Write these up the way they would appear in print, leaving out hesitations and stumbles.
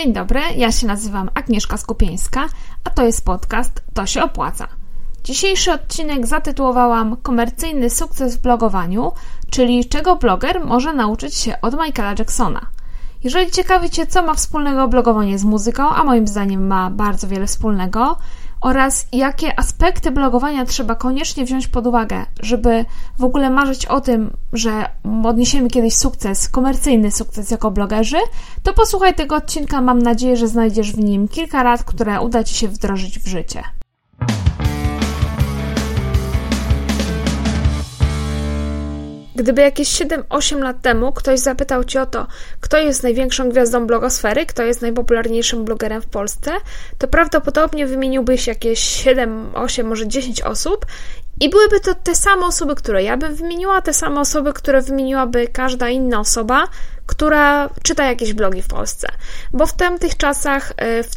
Dzień dobry, ja się nazywam Agnieszka Skupieńska, a to jest podcast To się opłaca. Dzisiejszy odcinek zatytułowałam Komercyjny sukces w blogowaniu, czyli czego bloger może nauczyć się od Michaela Jacksona. Jeżeli ciekawi Cię, co ma wspólnego blogowanie z muzyką, a moim zdaniem ma bardzo wiele wspólnego, oraz jakie aspekty blogowania trzeba koniecznie wziąć pod uwagę, żeby w ogóle marzyć o tym, że odniesiemy kiedyś sukces, komercyjny sukces jako blogerzy, to posłuchaj tego odcinka, mam nadzieję, że znajdziesz w nim kilka rad, które uda Ci się wdrożyć w życie. Gdyby jakieś 7-8 lat temu ktoś zapytał Cię o to, kto jest największą gwiazdą blogosfery, kto jest najpopularniejszym blogerem w Polsce, to prawdopodobnie wymieniłbyś jakieś 7, 8, może 10 osób i byłyby to te same osoby, które ja bym wymieniła, te same osoby, które wymieniłaby każda inna osoba, która czyta jakieś blogi w Polsce. Bo w tamtych czasach,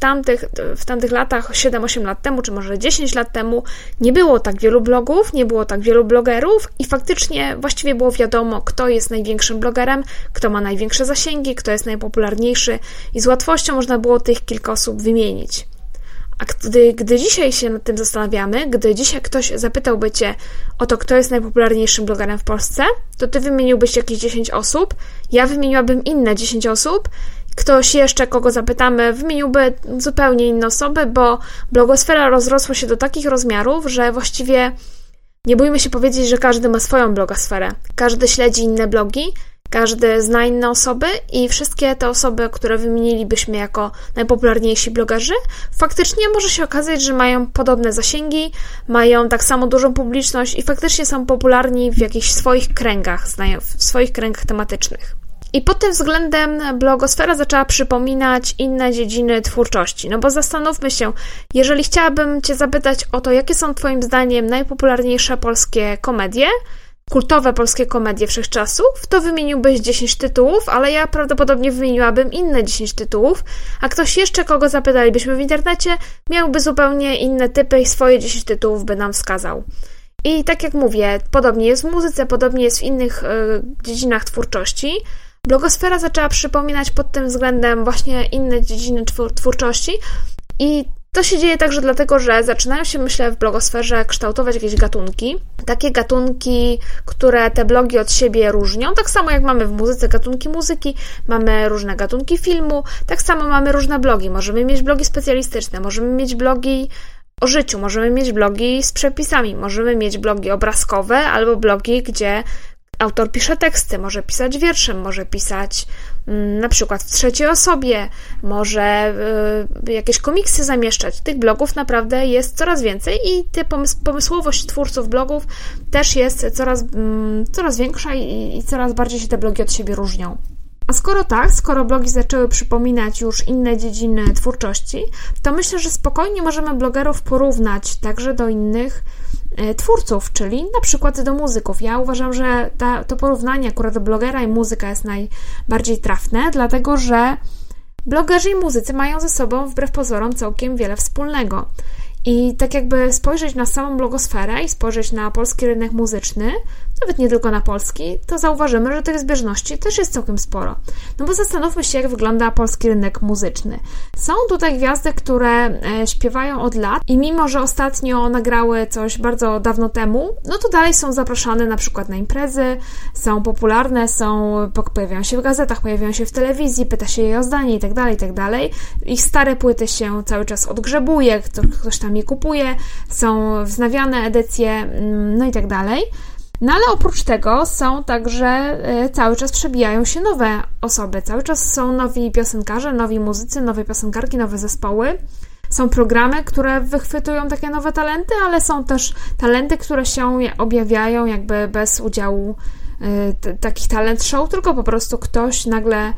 w tamtych latach, 7-8 lat temu, czy może 10 lat temu, nie było tak wielu blogów, nie było tak wielu blogerów i faktycznie właściwie było wiadomo, kto jest największym blogerem, kto ma największe zasięgi, kto jest najpopularniejszy i z łatwością można było tych kilka osób wymienić. A gdy dzisiaj się nad tym zastanawiamy, gdy dzisiaj ktoś zapytałby Cię o to, kto jest najpopularniejszym blogerem w Polsce, to Ty wymieniłbyś jakieś 10 osób, ja wymieniłabym inne 10 osób, ktoś jeszcze, kogo zapytamy, wymieniłby zupełnie inne osoby, bo blogosfera rozrosła się do takich rozmiarów, że właściwie nie bójmy się powiedzieć, że każdy ma swoją blogosferę. Każdy śledzi inne blogi, każdy zna inne osoby i wszystkie te osoby, które wymienilibyśmy jako najpopularniejsi blogerzy, faktycznie może się okazać, że mają podobne zasięgi, mają tak samo dużą publiczność i faktycznie są popularni w jakichś swoich kręgach, w swoich kręgach tematycznych. I pod tym względem blogosfera zaczęła przypominać inne dziedziny twórczości. No bo zastanówmy się, jeżeli chciałabym Cię zapytać o to, jakie są Twoim zdaniem najpopularniejsze polskie komedie, kultowe polskie komedie wszechczasów, to wymieniłbyś 10 tytułów, ale ja prawdopodobnie wymieniłabym inne 10 tytułów, a ktoś jeszcze, kogo zapytalibyśmy w internecie, miałby zupełnie inne typy i swoje 10 tytułów by nam wskazał. I tak jak mówię, podobnie jest w muzyce, podobnie jest w innych dziedzinach twórczości. Blogosfera zaczęła przypominać pod tym względem właśnie inne dziedziny twórczości i to się dzieje także dlatego, że zaczynają się, myślę, w blogosferze kształtować jakieś gatunki. Takie gatunki, które te blogi od siebie różnią. Tak samo jak mamy w muzyce gatunki muzyki, mamy różne gatunki filmu, tak samo mamy różne blogi. Możemy mieć blogi specjalistyczne, możemy mieć blogi o życiu, możemy mieć blogi z przepisami, możemy mieć blogi obrazkowe albo blogi, gdzie autor pisze teksty, może pisać wierszem, może pisać na przykład w trzeciej osobie, może jakieś komiksy zamieszczać. Tych blogów naprawdę jest coraz więcej i pomysłowość twórców blogów też jest coraz większa i coraz bardziej się te blogi od siebie różnią. A skoro blogi zaczęły przypominać już inne dziedziny twórczości, to myślę, że spokojnie możemy blogerów porównać także do innych twórców, czyli na przykład do muzyków. Ja uważam, że to porównanie akurat do blogera i muzyka jest najbardziej trafne, dlatego że blogerzy i muzycy mają ze sobą wbrew pozorom całkiem wiele wspólnego. I tak jakby spojrzeć na samą blogosferę i spojrzeć na polski rynek muzyczny, nawet nie tylko na polski, to zauważymy, że tych zbieżności też jest całkiem sporo. No bo zastanówmy się, jak wygląda polski rynek muzyczny. Są tutaj gwiazdy, które śpiewają od lat i mimo, że ostatnio nagrały coś bardzo dawno temu, no to dalej są zapraszane na przykład na imprezy, są popularne, pojawiają się w gazetach, pojawiają się w telewizji, pyta się je o zdanie itd., itd. Ich stare płyty się cały czas odgrzebuje, ktoś tam je kupuje, są wznawiane edycje, no i tak dalej. No ale oprócz tego są także, cały czas przebijają się nowe osoby, cały czas są nowi piosenkarze, nowi muzycy, nowe piosenkarki, nowe zespoły. Są programy, które wychwytują takie nowe talenty, ale są też talenty, które się objawiają jakby bez udziału takich talent show, tylko po prostu ktoś nagle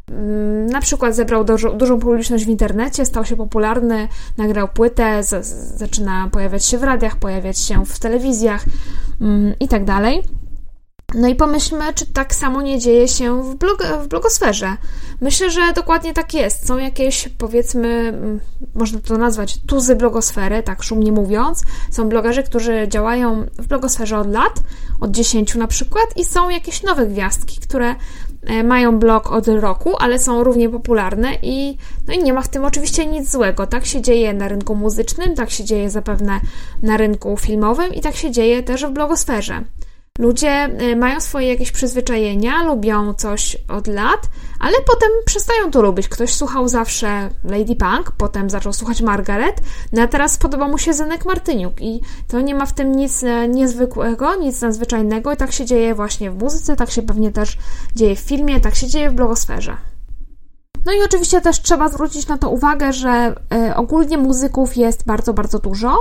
na przykład zebrał dużą publiczność w internecie, stał się popularny, nagrał płytę, zaczyna pojawiać się w radiach, pojawiać się w telewizjach i tak dalej. No i pomyślmy, czy tak samo nie dzieje się w blogosferze. Myślę, że dokładnie tak jest. Są jakieś, powiedzmy, można to nazwać tuzy blogosfery, tak szumnie mówiąc. Są blogerzy, którzy działają w blogosferze od lat, od 10 na przykład, i są jakieś nowe gwiazdki, które mają blog od roku, ale są równie popularne i nie ma w tym oczywiście nic złego. Tak się dzieje na rynku muzycznym, tak się dzieje zapewne na rynku filmowym i tak się dzieje też w blogosferze. Ludzie mają swoje jakieś przyzwyczajenia, lubią coś od lat, ale potem przestają to lubić. Ktoś słuchał zawsze Lady Punk, potem zaczął słuchać Margaret, a teraz podoba mu się Zenek Martyniuk i to nie ma w tym nic niezwykłego, nic nadzwyczajnego i tak się dzieje właśnie w muzyce, tak się pewnie też dzieje w filmie, tak się dzieje w blogosferze. No i oczywiście też trzeba zwrócić na to uwagę, że ogólnie muzyków jest bardzo, bardzo dużo.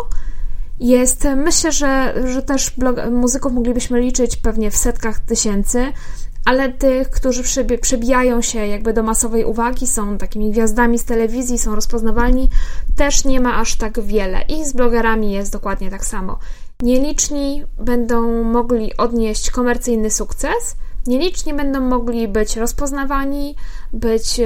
Myślę, że też muzyków moglibyśmy liczyć pewnie w setkach tysięcy, ale tych, którzy przebijają się jakby do masowej uwagi, są takimi gwiazdami z telewizji, są rozpoznawalni, też nie ma aż tak wiele. I z blogerami jest dokładnie tak samo. Nieliczni będą mogli odnieść komercyjny sukces, nieliczni będą mogli być rozpoznawani, być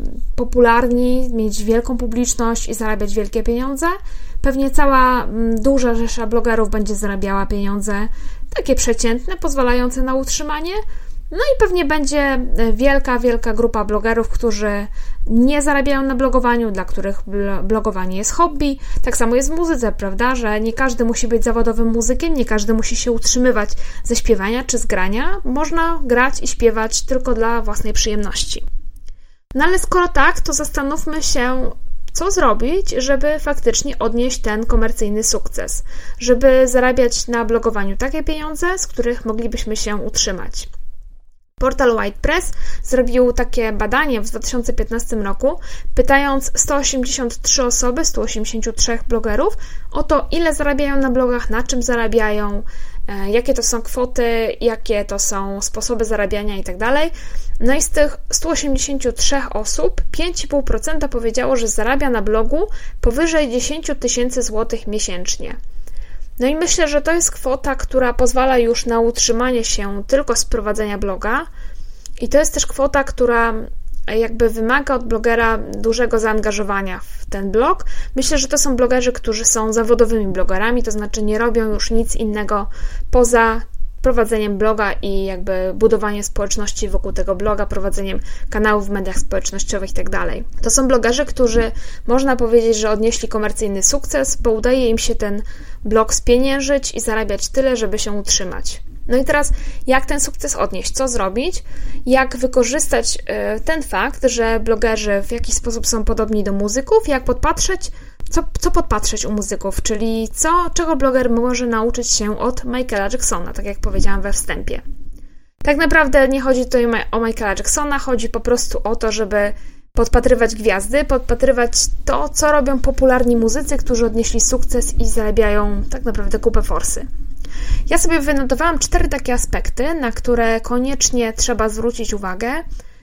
popularni, mieć wielką publiczność i zarabiać wielkie pieniądze. Pewnie cała duża rzesza blogerów będzie zarabiała pieniądze takie przeciętne, pozwalające na utrzymanie. No i pewnie będzie wielka grupa blogerów, którzy nie zarabiają na blogowaniu, dla których blogowanie jest hobby. Tak samo jest w muzyce, prawda, że nie każdy musi być zawodowym muzykiem, nie każdy musi się utrzymywać ze śpiewania czy z grania. Można grać i śpiewać tylko dla własnej przyjemności. No ale skoro tak, to zastanówmy się, co zrobić, żeby faktycznie odnieść ten komercyjny sukces, żeby zarabiać na blogowaniu takie pieniądze, z których moglibyśmy się utrzymać. Portal WordPress zrobił takie badanie w 2015 roku, pytając 183 osoby, 183 blogerów o to, ile zarabiają na blogach, na czym zarabiają, jakie to są kwoty, jakie to są sposoby zarabiania itd. No i z tych 183 osób 5,5% powiedziało, że zarabia na blogu powyżej 10 000 złotych miesięcznie. No i myślę, że to jest kwota, która pozwala już na utrzymanie się tylko z prowadzenia bloga i to jest też kwota, która jakby wymaga od blogera dużego zaangażowania w ten blog. Myślę, że to są blogerzy, którzy są zawodowymi blogerami, to znaczy nie robią już nic innego poza prowadzeniem bloga i jakby budowanie społeczności wokół tego bloga, prowadzeniem kanałów w mediach społecznościowych itd. To są blogerzy, którzy można powiedzieć, że odnieśli komercyjny sukces, bo udaje im się ten blog spieniężyć i zarabiać tyle, żeby się utrzymać. No i teraz jak ten sukces odnieść? Co zrobić? Jak wykorzystać ten fakt, że blogerzy w jakiś sposób są podobni do muzyków? Jak podpatrzeć? Co podpatrzeć u muzyków? Czyli czego bloger może nauczyć się od Michaela Jacksona, tak jak powiedziałam we wstępie. Tak naprawdę nie chodzi tutaj o Michaela Jacksona, chodzi po prostu o to, żeby podpatrywać gwiazdy, podpatrywać to, co robią popularni muzycy, którzy odnieśli sukces i zarabiają tak naprawdę kupę forsy. Ja sobie wynotowałam 4 takie aspekty, na które koniecznie trzeba zwrócić uwagę.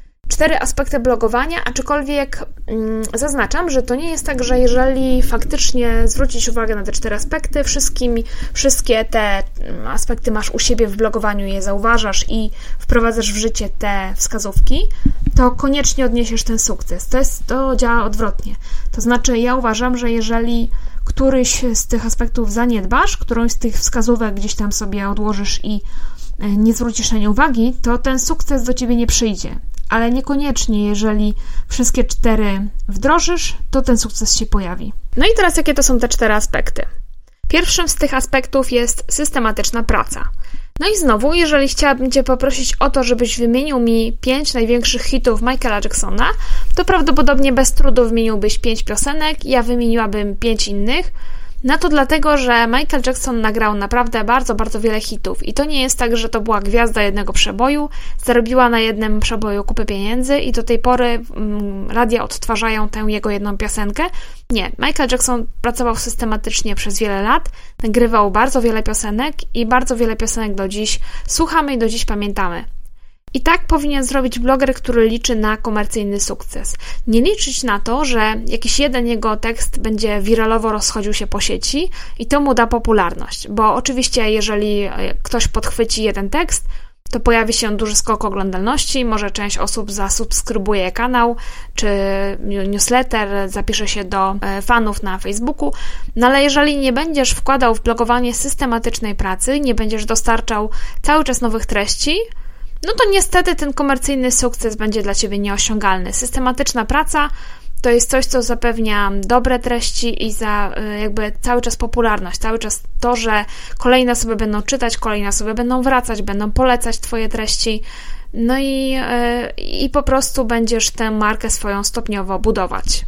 4 aspekty blogowania, aczkolwiek zaznaczam, że to nie jest tak, że jeżeli faktycznie zwrócić uwagę na te 4 aspekty, wszystkie te aspekty masz u siebie w blogowaniu, je zauważasz i wprowadzasz w życie te wskazówki, to koniecznie odniesiesz ten sukces. To działa odwrotnie. To znaczy ja uważam, że jeżeli któryś z tych aspektów zaniedbasz, którąś z tych wskazówek gdzieś tam sobie odłożysz i nie zwrócisz na nie uwagi, to ten sukces do Ciebie nie przyjdzie. Ale niekoniecznie, jeżeli wszystkie 4 wdrożysz, to ten sukces się pojawi. No i teraz jakie to są te 4 aspekty? Pierwszym z tych aspektów jest systematyczna praca. No i znowu, jeżeli chciałabym Cię poprosić o to, żebyś wymienił mi 5 największych hitów Michaela Jacksona, to prawdopodobnie bez trudu wymieniłbyś 5 piosenek, ja wymieniłabym 5 innych. No to dlatego, że Michael Jackson nagrał naprawdę bardzo, bardzo wiele hitów i to nie jest tak, że to była gwiazda jednego przeboju, zarobiła na jednym przeboju kupę pieniędzy i do tej pory radia odtwarzają tę jego jedną piosenkę. Nie, Michael Jackson pracował systematycznie przez wiele lat, nagrywał bardzo wiele piosenek i bardzo wiele piosenek do dziś słuchamy i do dziś pamiętamy. I tak powinien zrobić bloger, który liczy na komercyjny sukces. Nie liczyć na to, że jakiś jeden jego tekst będzie wiralowo rozchodził się po sieci i to mu da popularność. Bo oczywiście, jeżeli ktoś podchwyci jeden tekst, to pojawi się duży skok oglądalności, może część osób zasubskrybuje kanał czy newsletter, zapisze się do fanów na Facebooku, no ale jeżeli nie będziesz wkładał w blogowanie systematycznej pracy, nie będziesz dostarczał cały czas nowych treści, no to niestety ten komercyjny sukces będzie dla Ciebie nieosiągalny. Systematyczna praca to jest coś, co zapewnia dobre treści i jakby cały czas popularność, cały czas to, że kolejne osoby będą czytać, kolejne osoby będą wracać, będą polecać Twoje treści, no i po prostu będziesz tę markę swoją stopniowo budować.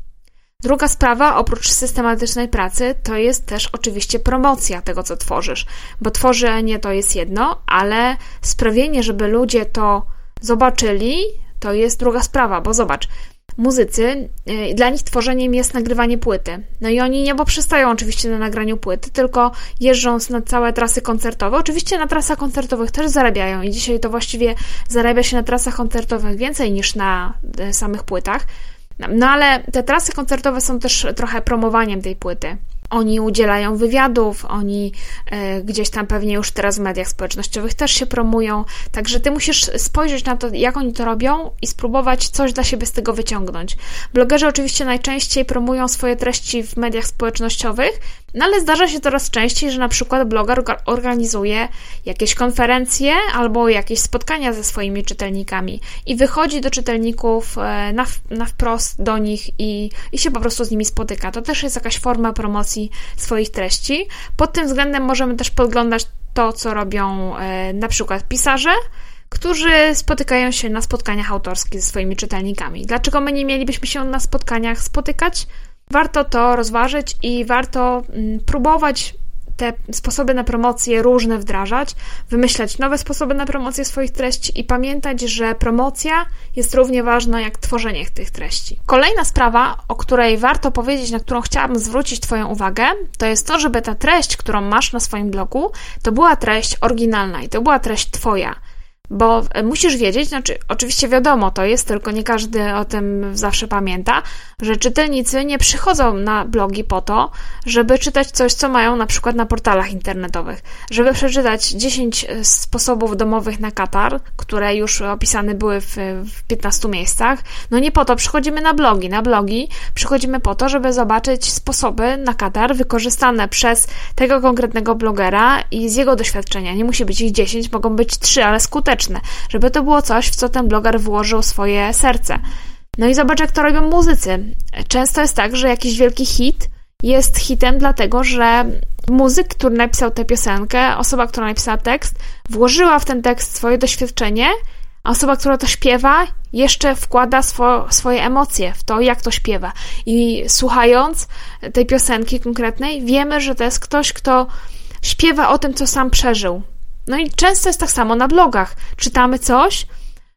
Druga sprawa, oprócz systematycznej pracy, to jest też oczywiście promocja tego, co tworzysz, bo tworzenie to jest jedno, ale sprawienie, żeby ludzie to zobaczyli, to jest druga sprawa, bo zobacz, muzycy, dla nich tworzeniem jest nagrywanie płyty. No i oni nie poprzestają oczywiście na nagraniu płyty, tylko jeżdżąc na całe trasy koncertowe. Oczywiście na trasach koncertowych też zarabiają i dzisiaj to właściwie zarabia się na trasach koncertowych więcej niż na samych płytach. No ale te trasy koncertowe są też trochę promowaniem tej płyty. Oni udzielają wywiadów, oni gdzieś tam pewnie już teraz w mediach społecznościowych też się promują, także Ty musisz spojrzeć na to, jak oni to robią i spróbować coś dla siebie z tego wyciągnąć. Blogerzy oczywiście najczęściej promują swoje treści w mediach społecznościowych, no ale zdarza się coraz częściej, że na przykład bloger organizuje jakieś konferencje albo jakieś spotkania ze swoimi czytelnikami i wychodzi do czytelników na wprost do nich i się po prostu z nimi spotyka. To też jest jakaś forma promocji swoich treści. Pod tym względem możemy też podglądać to, co robią na przykład pisarze, którzy spotykają się na spotkaniach autorskich ze swoimi czytelnikami. Dlaczego my nie mielibyśmy się na spotkaniach spotykać? Warto to rozważyć i warto próbować te sposoby na promocję różne wdrażać, wymyślać nowe sposoby na promocję swoich treści i pamiętać, że promocja jest równie ważna jak tworzenie tych treści. Kolejna sprawa, o której warto powiedzieć, na którą chciałabym zwrócić Twoją uwagę, to jest to, żeby ta treść, którą masz na swoim blogu, to była treść oryginalna i to była treść Twoja. Bo musisz wiedzieć, znaczy oczywiście wiadomo to jest, tylko nie każdy o tym zawsze pamięta, że czytelnicy nie przychodzą na blogi po to, żeby czytać coś, co mają na przykład na portalach internetowych. Żeby przeczytać 10 sposobów domowych na katar, które już opisane były w 15 miejscach, no nie po to przychodzimy na blogi. Na blogi przychodzimy po to, żeby zobaczyć sposoby na katar wykorzystane przez tego konkretnego blogera i z jego doświadczenia. Nie musi być ich 10, mogą być 3, ale skuteczne. Żeby to było coś, w co ten bloger włożył swoje serce. No i zobacz, jak to robią muzycy. Często jest tak, że jakiś wielki hit jest hitem dlatego, że muzyk, który napisał tę piosenkę, osoba, która napisała tekst, włożyła w ten tekst swoje doświadczenie, a osoba, która to śpiewa, jeszcze wkłada swoje emocje w to, jak to śpiewa. I słuchając tej piosenki konkretnej, wiemy, że to jest ktoś, kto śpiewa o tym, co sam przeżył. No i często jest tak samo na blogach. Czytamy coś,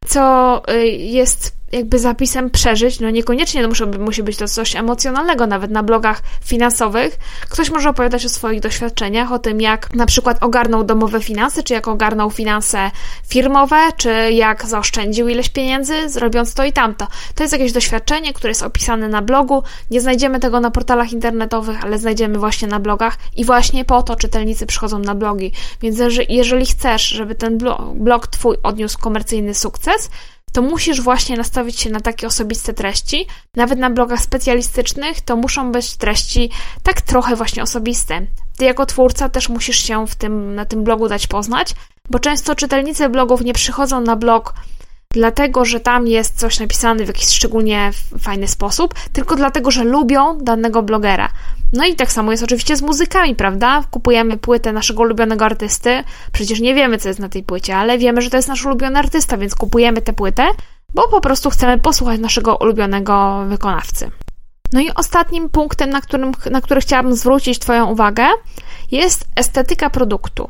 co jest jakby zapisem przeżyć, no niekoniecznie musi być to coś emocjonalnego, nawet na blogach finansowych. Ktoś może opowiadać o swoich doświadczeniach, o tym, jak na przykład ogarnął domowe finanse, czy jak ogarnął finanse firmowe, czy jak zaoszczędził ileś pieniędzy, robiąc to i tamto. To jest jakieś doświadczenie, które jest opisane na blogu. Nie znajdziemy tego na portalach internetowych, ale znajdziemy właśnie na blogach i właśnie po to czytelnicy przychodzą na blogi. Więc jeżeli chcesz, żeby ten blog Twój odniósł komercyjny sukces, to musisz właśnie nastawić się na takie osobiste treści. Nawet na blogach specjalistycznych to muszą być treści tak trochę właśnie osobiste. Ty jako twórca też musisz się na tym blogu dać poznać, bo często czytelnicy blogów nie przychodzą na blog dlatego, że tam jest coś napisane w jakiś szczególnie fajny sposób, tylko dlatego, że lubią danego blogera. No i tak samo jest oczywiście z muzykami, prawda? Kupujemy płytę naszego ulubionego artysty, przecież nie wiemy, co jest na tej płycie, ale wiemy, że to jest nasz ulubiony artysta, więc kupujemy tę płytę, bo po prostu chcemy posłuchać naszego ulubionego wykonawcy. No i ostatnim punktem, na który chciałabym zwrócić Twoją uwagę, jest estetyka produktu.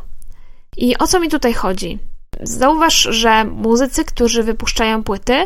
I o co mi tutaj chodzi? Zauważ, że muzycy, którzy wypuszczają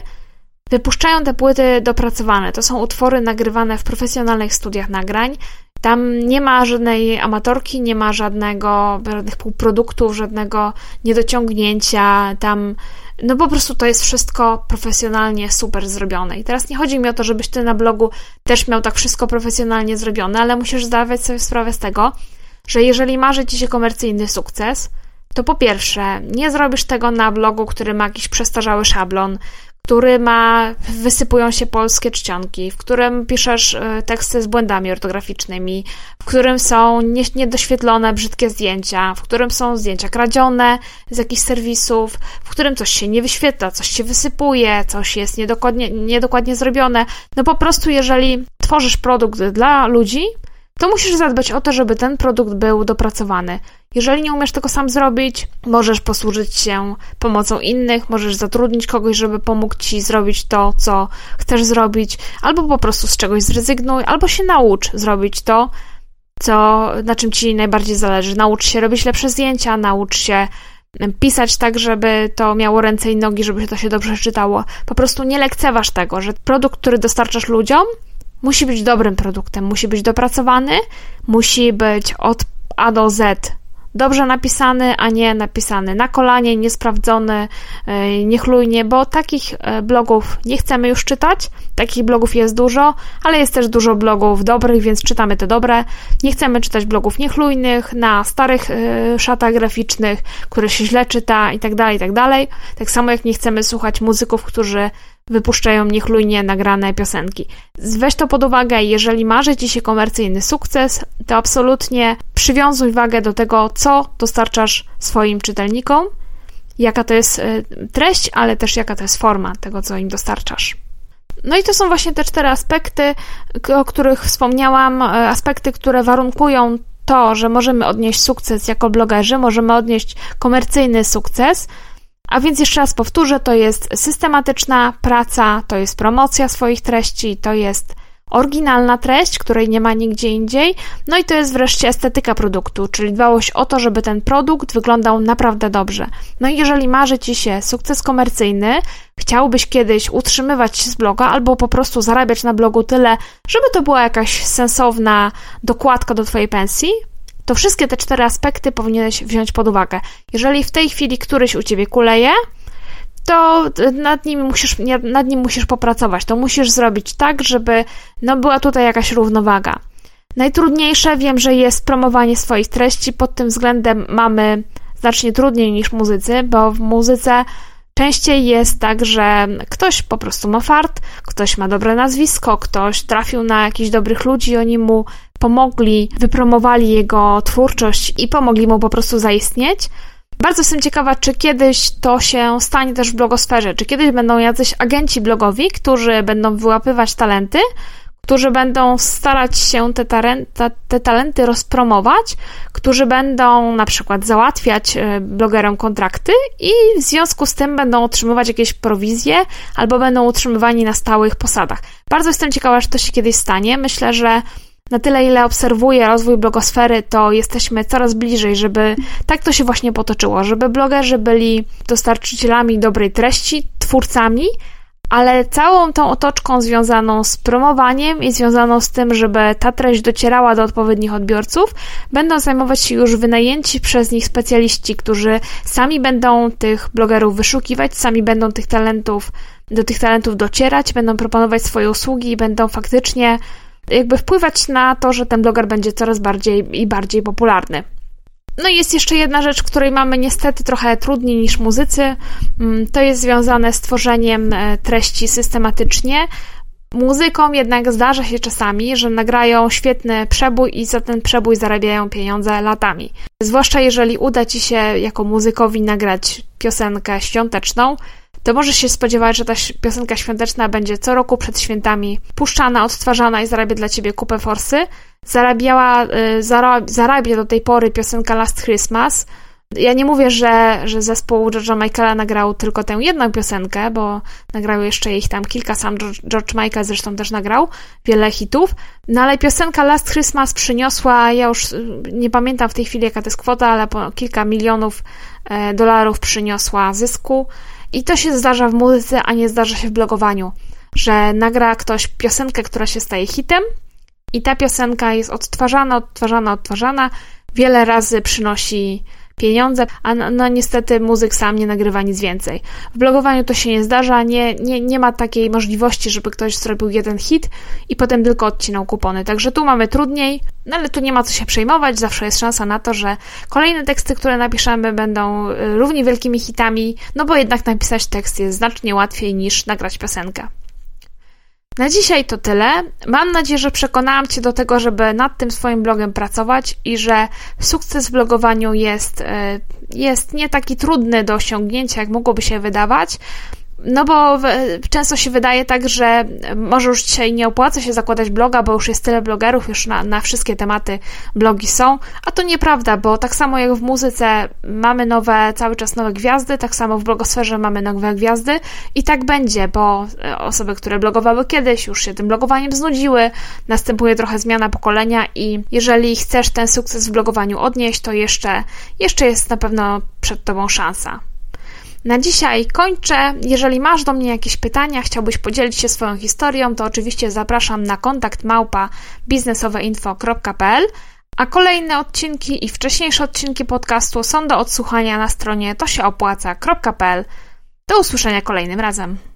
te płyty dopracowane. To są utwory nagrywane w profesjonalnych studiach nagrań. Tam nie ma żadnej amatorki, nie ma żadnych półproduktów, żadnego niedociągnięcia. Tam no po prostu to jest wszystko profesjonalnie super zrobione. I teraz nie chodzi mi o to, żebyś Ty na blogu też miał tak wszystko profesjonalnie zrobione, ale musisz zdawać sobie sprawę z tego, że jeżeli marzy Ci się komercyjny sukces, to po pierwsze, nie zrobisz tego na blogu, który ma jakiś przestarzały szablon, który wysypują się polskie czcionki, w którym piszesz teksty z błędami ortograficznymi, w którym są niedoświetlone, brzydkie zdjęcia, w którym są zdjęcia kradzione z jakichś serwisów, w którym coś się nie wyświetla, coś się wysypuje, coś jest niedokładnie zrobione. No po prostu, jeżeli tworzysz produkt dla ludzi, to musisz zadbać o to, żeby ten produkt był dopracowany. Jeżeli nie umiesz tego sam zrobić, możesz posłużyć się pomocą innych, możesz zatrudnić kogoś, żeby pomógł ci zrobić to, co chcesz zrobić, albo po prostu z czegoś zrezygnuj, albo się naucz zrobić to, na czym ci najbardziej zależy. Naucz się robić lepsze zdjęcia, naucz się pisać tak, żeby to miało ręce i nogi, żeby to się dobrze czytało. Po prostu nie lekceważ tego, że produkt, który dostarczasz ludziom, musi być dobrym produktem, musi być dopracowany, musi być od A do Z dobrze napisany, a nie napisany na kolanie, niesprawdzony, niechlujnie, bo takich blogów nie chcemy już czytać, takich blogów jest dużo, ale jest też dużo blogów dobrych, więc czytamy te dobre. Nie chcemy czytać blogów niechlujnych, na starych szatach graficznych, które się źle czyta i tak dalej, i tak dalej. Tak samo jak nie chcemy słuchać muzyków, którzy wypuszczają niechlujnie nagrane piosenki. Weź to pod uwagę, jeżeli marzy ci się komercyjny sukces, to absolutnie przywiązuj wagę do tego, co dostarczasz swoim czytelnikom, jaka to jest treść, ale też jaka to jest forma tego, co im dostarczasz. No i to są właśnie te 4 aspekty, o których wspomniałam, aspekty, które warunkują to, że możemy odnieść sukces jako blogerzy, możemy odnieść komercyjny sukces. A więc jeszcze raz powtórzę, to jest systematyczna praca, to jest promocja swoich treści, to jest oryginalna treść, której nie ma nigdzie indziej, no i to jest wreszcie estetyka produktu, czyli dbałość o to, żeby ten produkt wyglądał naprawdę dobrze. No i jeżeli marzy ci się sukces komercyjny, chciałbyś kiedyś utrzymywać się z bloga albo po prostu zarabiać na blogu tyle, żeby to była jakaś sensowna dokładka do twojej pensji, to wszystkie te 4 aspekty powinieneś wziąć pod uwagę. Jeżeli w tej chwili któryś u ciebie kuleje, to nad nim musisz popracować. To musisz zrobić tak, żeby była tutaj jakaś równowaga. Najtrudniejsze, wiem, że jest promowanie swoich treści. Pod tym względem mamy znacznie trudniej niż muzycy, bo w muzyce częściej jest tak, że ktoś po prostu ma fart, ktoś ma dobre nazwisko, ktoś trafił na jakichś dobrych ludzi, oni mu pomogli, wypromowali jego twórczość i pomogli mu po prostu zaistnieć. Bardzo jestem ciekawa, czy kiedyś to się stanie też w blogosferze, czy kiedyś będą jacyś agenci blogowi, którzy będą wyłapywać talenty, którzy będą starać się te talenty rozpromować, którzy będą na przykład załatwiać blogerom kontrakty i w związku z tym będą otrzymywać jakieś prowizje albo będą utrzymywani na stałych posadach. Bardzo jestem ciekawa, czy to się kiedyś stanie. Myślę, że na tyle, ile obserwuję rozwój blogosfery, to jesteśmy coraz bliżej, żeby tak to się właśnie potoczyło, żeby blogerzy byli dostarczycielami dobrej treści, twórcami, ale całą tą otoczką związaną z promowaniem i związaną z tym, żeby ta treść docierała do odpowiednich odbiorców, będą zajmować się już wynajęci przez nich specjaliści, którzy sami będą tych blogerów wyszukiwać, sami będą do tych talentów docierać, będą proponować swoje usługi i będą faktycznie wpływać na to, że ten bloger będzie coraz bardziej i bardziej popularny. No i jest jeszcze jedna rzecz, której mamy niestety trochę trudniej niż muzycy. To jest związane z tworzeniem treści systematycznie. Muzykom jednak zdarza się czasami, że nagrają świetny przebój i za ten przebój zarabiają pieniądze latami. Zwłaszcza jeżeli uda ci się jako muzykowi nagrać piosenkę świąteczną, to możesz się spodziewać, że ta piosenka świąteczna będzie co roku przed świętami puszczana, odtwarzana i zarabia dla ciebie kupę forsy. Zarabia do tej pory piosenka Last Christmas. Ja nie mówię, że zespół George'a Michaela nagrał tylko tę jedną piosenkę, bo nagrał jeszcze ich tam kilka, sam George Michael zresztą też nagrał wiele hitów, no ale piosenka Last Christmas przyniosła, ja już nie pamiętam w tej chwili jaka to jest kwota, ale po kilka milionów dolarów przyniosła zysku. I to się zdarza w muzyce, a nie zdarza się w blogowaniu, że nagra ktoś piosenkę, która się staje hitem i ta piosenka jest odtwarzana, wiele razy przynosi pieniądze, a no niestety muzyk sam nie nagrywa nic więcej. W blogowaniu to się nie zdarza, nie ma takiej możliwości, żeby ktoś zrobił jeden hit i potem tylko odcinał kupony. Także tu mamy trudniej, no ale tu nie ma co się przejmować, zawsze jest szansa na to, że kolejne teksty, które napiszemy, będą równie wielkimi hitami, no bo jednak napisać tekst jest znacznie łatwiej niż nagrać piosenkę. Na dzisiaj to tyle. Mam nadzieję, że przekonałam Cię do tego, żeby nad tym swoim blogiem pracować i że sukces w blogowaniu jest nie taki trudny do osiągnięcia, jak mogłoby się wydawać. No bo często się wydaje tak, że może już dzisiaj nie opłaca się zakładać bloga, bo już jest tyle blogerów, już na wszystkie tematy blogi są, a to nieprawda, bo tak samo jak w muzyce mamy cały czas nowe gwiazdy, tak samo w blogosferze mamy nowe gwiazdy i tak będzie, bo osoby, które blogowały kiedyś, już się tym blogowaniem znudziły, następuje trochę zmiana pokolenia i jeżeli chcesz ten sukces w blogowaniu odnieść, to jeszcze jest na pewno przed Tobą szansa. Na dzisiaj kończę. Jeżeli masz do mnie jakieś pytania, chciałbyś podzielić się swoją historią, to oczywiście zapraszam na kontakt @biznesoweinfo.pl, a kolejne odcinki i wcześniejsze odcinki podcastu są do odsłuchania na stronie tosieopłaca.pl. Do usłyszenia kolejnym razem.